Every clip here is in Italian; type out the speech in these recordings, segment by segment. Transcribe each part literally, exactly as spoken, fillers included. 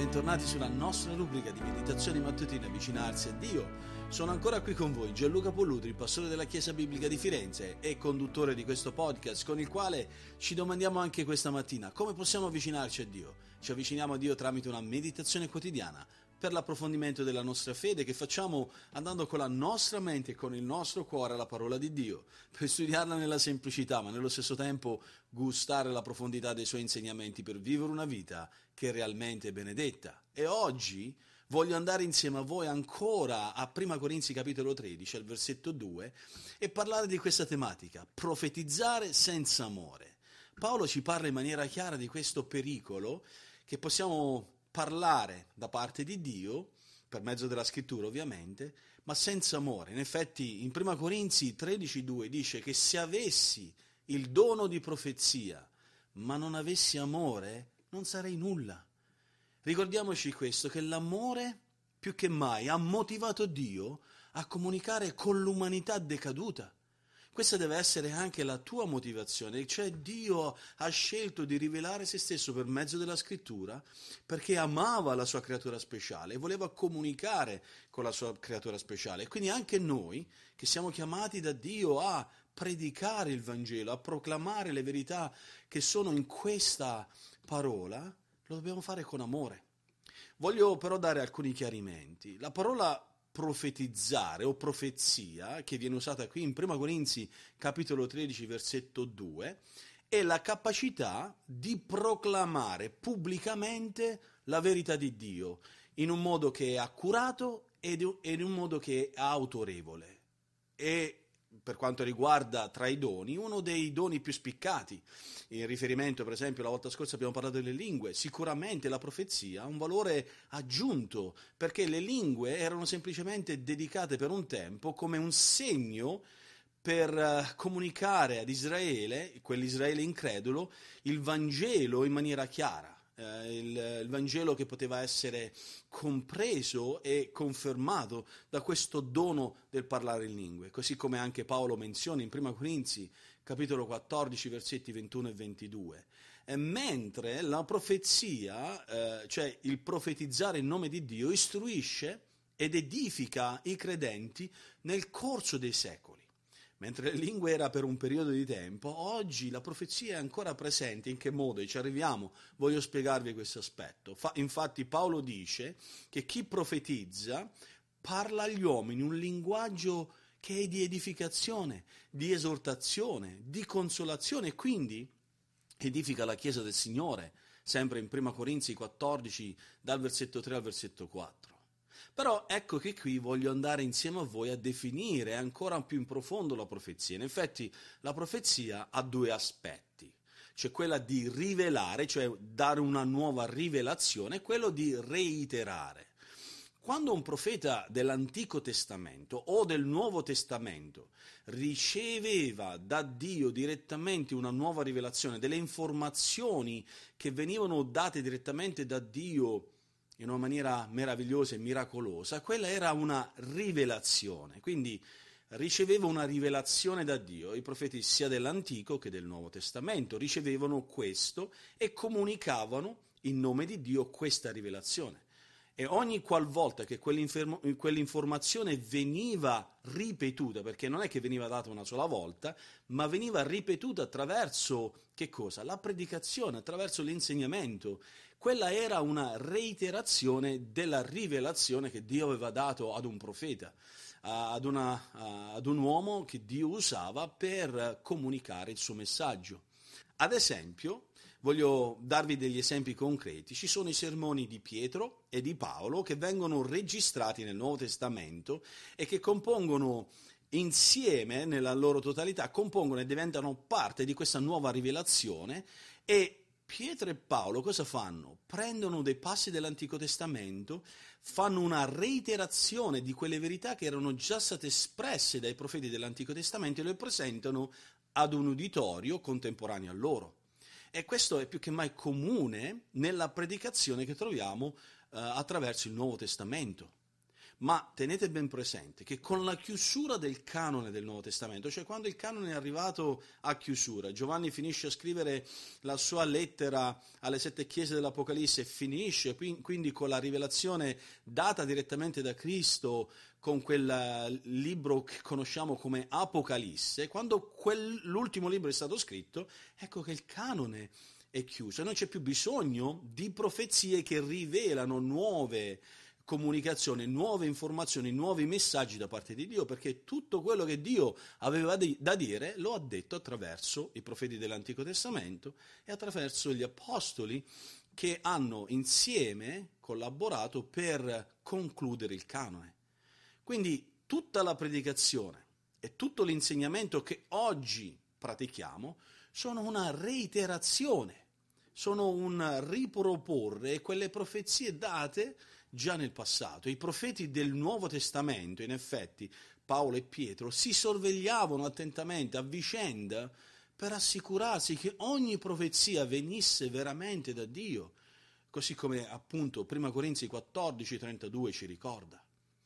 bentornati sulla nostra rubrica di meditazioni mattutine Avvicinarsi a Dio. Sono ancora qui con voi Gianluca Pollutri, pastore della Chiesa Biblica di Firenze e conduttore di questo podcast, con il quale ci domandiamo anche questa mattina come possiamo avvicinarci a Dio. Ci avviciniamo a Dio tramite una meditazione quotidiana per l'approfondimento della nostra fede che facciamo andando con la nostra mente e con il nostro cuore alla parola di Dio, per studiarla nella semplicità ma nello stesso tempo gustare la profondità dei suoi insegnamenti per vivere una vita che è realmente benedetta. E oggi voglio andare insieme a voi ancora a Prima Corinzi capitolo tredici, al versetto due, e parlare di questa tematica, profetizzare senza amore. Paolo ci parla in maniera chiara di questo pericolo che possiamo parlare da parte di Dio, per mezzo della scrittura ovviamente, ma senza amore. In effetti in Prima Corinzi tredici due dice che se avessi il dono di profezia, ma non avessi amore, non sarei nulla. Ricordiamoci questo, che l'amore più che mai ha motivato Dio a comunicare con l'umanità decaduta. Questa deve essere anche la tua motivazione, cioè Dio ha scelto di rivelare se stesso per mezzo della scrittura perché amava la sua creatura speciale e voleva comunicare con la sua creatura speciale. Quindi anche noi che siamo chiamati da Dio a predicare il Vangelo, a proclamare le verità che sono in questa parola, lo dobbiamo fare con amore. Voglio però dare alcuni chiarimenti. La parola profetizzare o profezia, che viene usata qui in Prima Corinzi capitolo tredici versetto due, è la capacità di proclamare pubblicamente la verità di Dio in un modo che è accurato ed in un modo che è autorevole. E per quanto riguarda tra i doni, uno dei doni più spiccati, in riferimento per esempio la volta scorsa abbiamo parlato delle lingue, sicuramente la profezia ha un valore aggiunto, perché le lingue erano semplicemente dedicate per un tempo come un segno per uh, comunicare ad Israele, quell'Israele incredulo, il Vangelo in maniera chiara. Il, il Vangelo che poteva essere compreso e confermato da questo dono del parlare in lingue, così come anche Paolo menziona in Prima Corinzi capitolo quattordici versetti ventuno e ventidue. E mentre la profezia, eh, cioè il profetizzare in nome di Dio, istruisce ed edifica i credenti nel corso dei secoli. Mentre le lingue era per un periodo di tempo, oggi la profezia è ancora presente. In che modo? E ci arriviamo, voglio spiegarvi questo aspetto. Fa, infatti Paolo dice che chi profetizza parla agli uomini un linguaggio che è di edificazione, di esortazione, di consolazione, e quindi edifica la Chiesa del Signore, sempre in Prima Corinzi quattordici, dal versetto tre al versetto quattro. Però ecco che qui voglio andare insieme a voi a definire ancora più in profondo la profezia. In effetti la profezia ha due aspetti, cioè quella di rivelare, cioè dare una nuova rivelazione, e quello di reiterare. Quando un profeta dell'Antico Testamento o del Nuovo Testamento riceveva da Dio direttamente una nuova rivelazione, delle informazioni che venivano date direttamente da Dio in una maniera meravigliosa e miracolosa, quella era una rivelazione, quindi riceveva una rivelazione da Dio. I profeti sia dell'Antico che del Nuovo Testamento ricevevano questo e comunicavano in nome di Dio questa rivelazione. E ogni qualvolta che quell'informazione veniva ripetuta, perché non è che veniva data una sola volta, ma veniva ripetuta attraverso che cosa? La predicazione, attraverso l'insegnamento. Quella era una reiterazione della rivelazione che Dio aveva dato ad un profeta, ad, una, ad un uomo che Dio usava per comunicare il suo messaggio. Ad esempio, voglio darvi degli esempi concreti. Ci sono i sermoni di Pietro e di Paolo che vengono registrati nel Nuovo Testamento e che compongono insieme, nella loro totalità, compongono e diventano parte di questa nuova rivelazione. E Pietro e Paolo cosa fanno? Prendono dei passi dell'Antico Testamento, fanno una reiterazione di quelle verità che erano già state espresse dai profeti dell'Antico Testamento e le presentano ad un uditorio contemporaneo a loro. E questo è più che mai comune nella predicazione che troviamo eh, attraverso il Nuovo Testamento. Ma tenete ben presente che con la chiusura del canone del Nuovo Testamento, cioè quando il canone è arrivato a chiusura, Giovanni finisce a scrivere la sua lettera alle sette chiese dell'Apocalisse e finisce quindi con la rivelazione data direttamente da Cristo, con quel libro che conosciamo come Apocalisse, quando quell'ultimo libro è stato scritto, ecco che il canone è chiuso e non c'è più bisogno di profezie che rivelano nuove comunicazioni, nuove informazioni, nuovi messaggi da parte di Dio, perché tutto quello che Dio aveva da dire lo ha detto attraverso i profeti dell'Antico Testamento e attraverso gli apostoli che hanno insieme collaborato per concludere il canone. Quindi tutta la predicazione e tutto l'insegnamento che oggi pratichiamo sono una reiterazione, sono un riproporre quelle profezie date già nel passato. I profeti del Nuovo Testamento, in effetti, Paolo e Pietro, si sorvegliavano attentamente a vicenda per assicurarsi che ogni profezia venisse veramente da Dio, così come appunto prima Corinzi quattordici trentadue ci ricorda.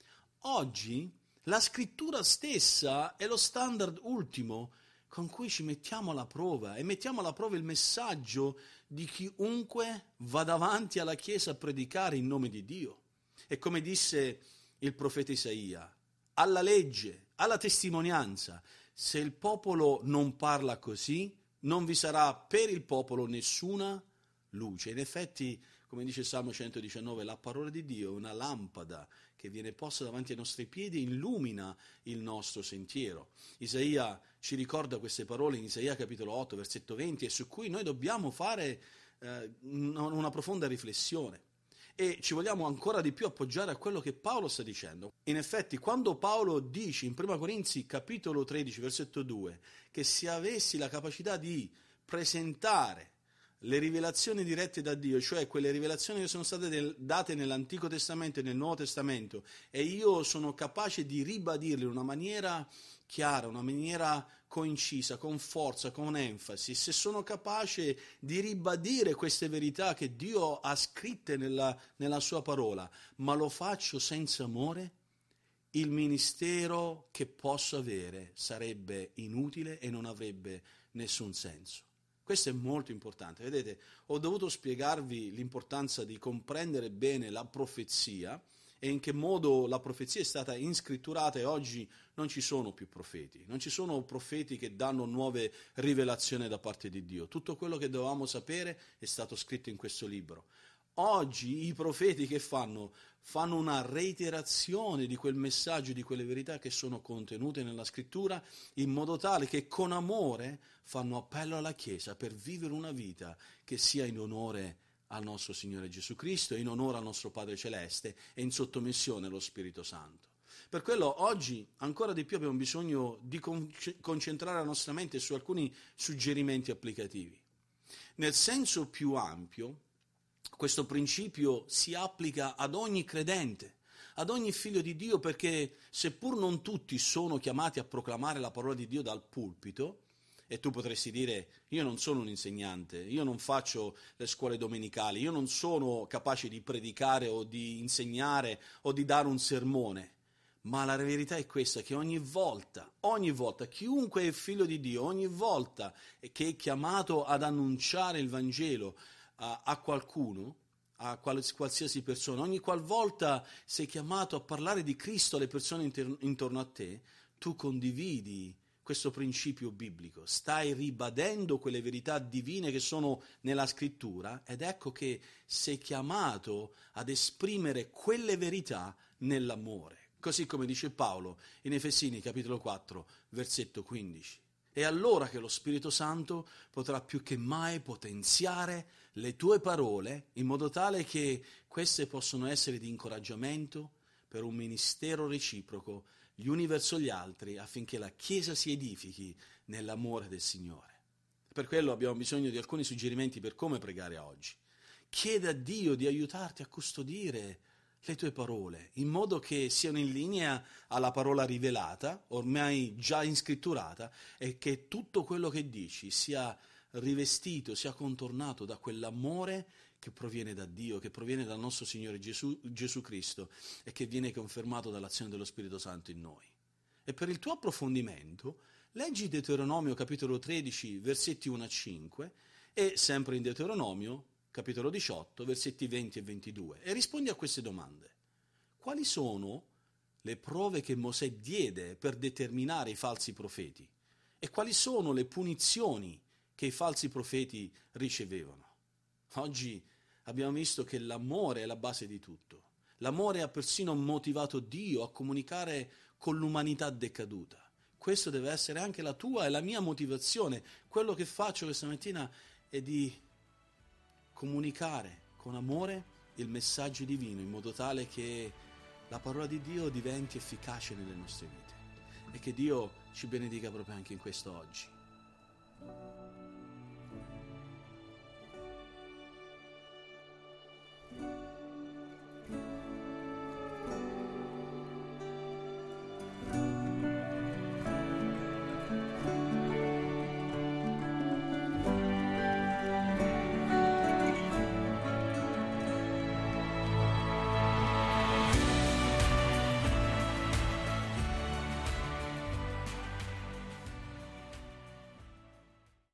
Oggi la scrittura stessa è lo standard ultimo con cui ci mettiamo alla prova e mettiamo alla prova il messaggio di chiunque va davanti alla Chiesa a predicare in nome di Dio. E come disse il profeta Isaia, alla legge, alla testimonianza, se il popolo non parla così, non vi sarà per il popolo nessuna luce. In effetti, come dice Salmo centodiciannove, la parola di Dio è una lampada che viene posta davanti ai nostri piedi e illumina il nostro sentiero. Isaia ci ricorda queste parole in Isaia capitolo otto, versetto venti, e su cui noi dobbiamo fare eh, una profonda riflessione. E ci vogliamo ancora di più appoggiare a quello che Paolo sta dicendo. In effetti, quando Paolo dice in prima Corinzi capitolo tredici, versetto due, che se avessi la capacità di presentare le rivelazioni dirette da Dio, cioè quelle rivelazioni che sono state del, date nell'Antico Testamento e nel Nuovo Testamento, e io sono capace di ribadirle in una maniera chiara, una maniera concisa, con forza, con enfasi, se sono capace di ribadire queste verità che Dio ha scritte nella, nella sua parola, ma lo faccio senza amore, il ministero che posso avere sarebbe inutile e non avrebbe nessun senso. Questo è molto importante. Vedete, ho dovuto spiegarvi l'importanza di comprendere bene la profezia e in che modo la profezia è stata inscritturata e oggi non ci sono più profeti, non ci sono profeti che danno nuove rivelazioni da parte di Dio. Tutto quello che dovevamo sapere è stato scritto in questo libro. Oggi i profeti che fanno? Fanno una reiterazione di quel messaggio, di quelle verità che sono contenute nella scrittura, in modo tale che con amore fanno appello alla Chiesa per vivere una vita che sia in onore al nostro Signore Gesù Cristo, in onore al nostro Padre Celeste e in sottomissione allo Spirito Santo. Per quello oggi ancora di più abbiamo bisogno di concentrare la nostra mente su alcuni suggerimenti applicativi. Nel senso più ampio, questo principio si applica ad ogni credente, ad ogni figlio di Dio, perché seppur non tutti sono chiamati a proclamare la parola di Dio dal pulpito, e tu potresti dire, io non sono un insegnante, io non faccio le scuole domenicali, io non sono capace di predicare o di insegnare o di dare un sermone, ma la verità è questa, che ogni volta, ogni volta, chiunque è figlio di Dio, ogni volta che è chiamato ad annunciare il Vangelo a, a qualcuno, a qualsiasi persona, ogni qualvolta sei chiamato a parlare di Cristo alle persone inter- intorno a te, tu condividi questo principio biblico, stai ribadendo quelle verità divine che sono nella scrittura ed ecco che sei chiamato ad esprimere quelle verità nell'amore, così come dice Paolo in Efesini capitolo quattro versetto quindici. È allora che lo Spirito Santo potrà più che mai potenziare le tue parole in modo tale che queste possono essere di incoraggiamento per un ministero reciproco gli uni verso gli altri affinché la Chiesa si edifichi nell'amore del Signore. Per quello abbiamo bisogno di alcuni suggerimenti per come pregare oggi. Chiede a Dio di aiutarti a custodire le tue parole in modo che siano in linea alla parola rivelata, ormai già inscritturata, e che tutto quello che dici sia rivestito, sia contornato da quell'amore che proviene da Dio, che proviene dal nostro Signore Gesù, Gesù Cristo e che viene confermato dall'azione dello Spirito Santo in noi. E per il tuo approfondimento, leggi Deuteronomio capitolo tredici, versetti uno a cinque e sempre in Deuteronomio capitolo diciotto, versetti venti e ventidue e rispondi a queste domande. Quali sono le prove che Mosè diede per determinare i falsi profeti? E quali sono le punizioni che i falsi profeti ricevevano? Oggi abbiamo visto che l'amore è la base di tutto. L'amore ha persino motivato Dio a comunicare con l'umanità decaduta. Questo deve essere anche la tua e la mia motivazione. Quello che faccio questa mattina è di comunicare con amore il messaggio divino in modo tale che la parola di Dio diventi efficace nelle nostre vite e che Dio ci benedica proprio anche in questo oggi.